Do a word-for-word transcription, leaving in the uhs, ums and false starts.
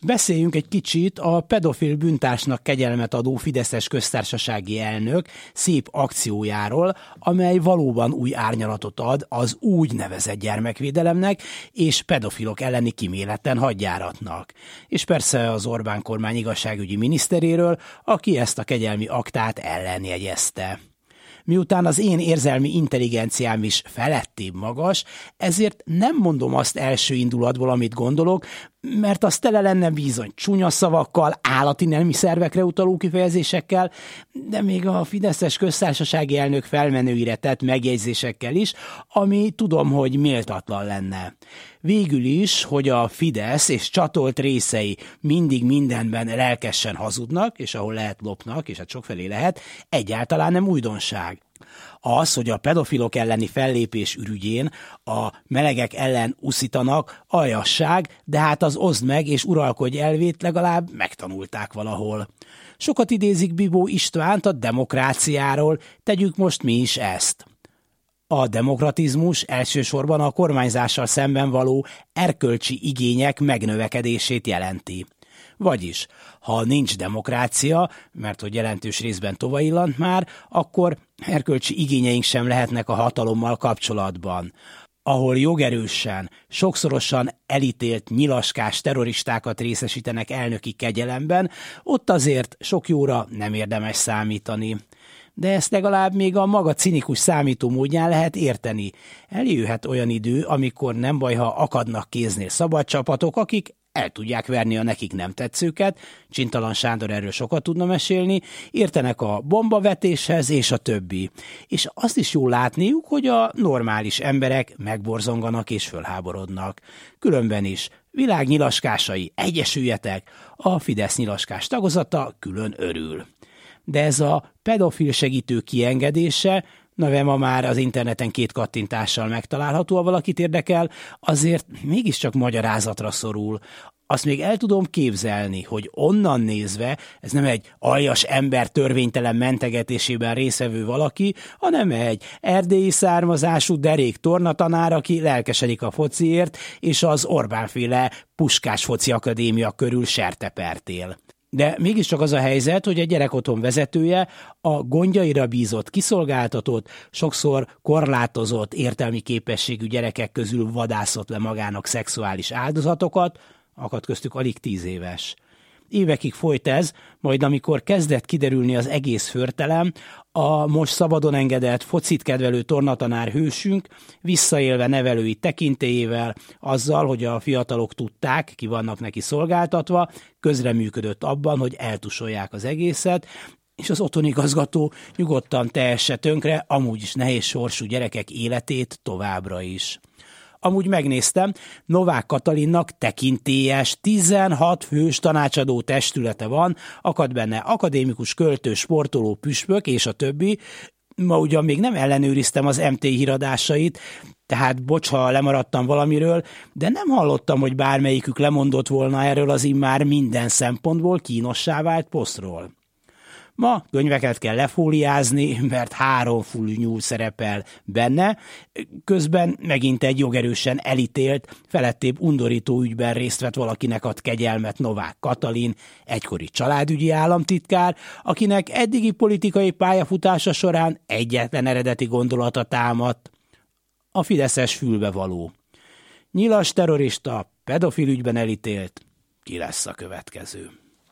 Beszéljünk egy kicsit a pedofil bűntársnak kegyelmet adó fideszes köztársasági elnök szép akciójáról, amely valóban új árnyalatot ad az úgynevezett gyermekvédelemnek és pedofilok elleni kiméleten hadjáratnak. És persze az Orbán kormány igazságügyi miniszteréről, aki ezt a kegyelmi aktát ellenjegyezte. Miután az én érzelmi intelligenciám is felettébb magas, ezért nem mondom azt első indulatból, amit gondolok, mert az tele lenne bizony csúnya szavakkal, állati nemi szervekre utaló kifejezésekkel, de még a fideszes köztársasági elnök felmenőire tett megjegyzésekkel is, ami tudom, hogy méltatlan lenne. Végül is, hogy a Fidesz és csatolt részei mindig mindenben lelkesen hazudnak, és ahol lehet lopnak, és hát sokfelé lehet, egyáltalán nem újdonság. Az, hogy a pedofilok elleni fellépés ürügyén a melegek ellen uszítanak, aljasság, de hát az oszd meg és uralkodj elvét legalább megtanulták valahol. Sokat idézik Bibó Istvánt a demokráciáról, tegyük most mi is ezt. A demokratizmus elsősorban a kormányzással szemben való erkölcsi igények megnövekedését jelenti. Vagyis, ha nincs demokrácia, mert hogy jelentős részben tovaillant már, akkor erkölcsi igényeink sem lehetnek a hatalommal kapcsolatban. Ahol jogerősen, sokszorosan elítélt nyilaskás terroristákat részesítenek elnöki kegyelemben, ott azért sok jóra nem érdemes számítani. De ezt legalább még a maga cinikus számítómódján lehet érteni. Eljöhet olyan idő, amikor nem baj, ha akadnak kéznél szabad csapatok, akik el tudják verni a nekik nem tetszőket, Csintalan Sándor erről sokat tudna mesélni, értenek a bombavetéshez és a többi. És azt is jól látniuk, hogy a normális emberek megborzonganak és fölháborodnak. Különben is, világ nyilaskásai, egyesüljetek, a Fidesz nyilaskás tagozata külön örül. De ez a pedofil segítő kiengedése, na ma már az interneten két kattintással megtalálható, ha valakit érdekel, azért mégiscsak magyarázatra szorul. Azt még el tudom képzelni, hogy onnan nézve ez nem egy aljas ember törvénytelen mentegetésében részvevő valaki, hanem egy erdélyi származású derék tornatanár, aki lelkesedik a fociért, és az Orbán-féle Puskás Foci Akadémia körül sertepertél. De mégiscsak az a helyzet, hogy a gyerekotthon vezetője a gondjaira bízott, kiszolgáltatott, sokszor korlátozott értelmi képességű gyerekek közül vadászott le magának szexuális áldozatokat, akadt köztük alig tíz éves. Évekig folyt ez, majd amikor kezdett kiderülni az egész förtelem, a most szabadon engedett focit kedvelő tornatanár hősünk visszaélve nevelői tekintélyével, azzal, hogy a fiatalok tudták, ki vannak neki szolgáltatva, közreműködött abban, hogy eltusolják az egészet, és az otthonigazgató nyugodtan tehesse tönkre amúgy is nehéz sorsú gyerekek életét továbbra is. Amúgy megnéztem, Novák Katalinnak tekintélyes tizenhat fős tanácsadó testülete van, akad benne akadémikus, költő, sportoló, püspök és a többi. Ma ugyan még nem ellenőriztem az em té híradásait, tehát bocs, ha lemaradtam valamiről, de nem hallottam, hogy bármelyikük lemondott volna erről az immár minden szempontból kínossá vált posztról. Ma könyveket kell lefóliázni, mert három full nyúl szerepel benne, közben megint egy jogerősen elítélt, felettébb undorító ügyben részt vett valakinek ad kegyelmet Novák Katalin, egykori családügyi államtitkár, akinek eddigi politikai pályafutása során egyetlen eredeti gondolata támadt, a fideszes fülbevaló. Nyilas terrorista, pedofil ügyben elítélt, ki lesz a következő?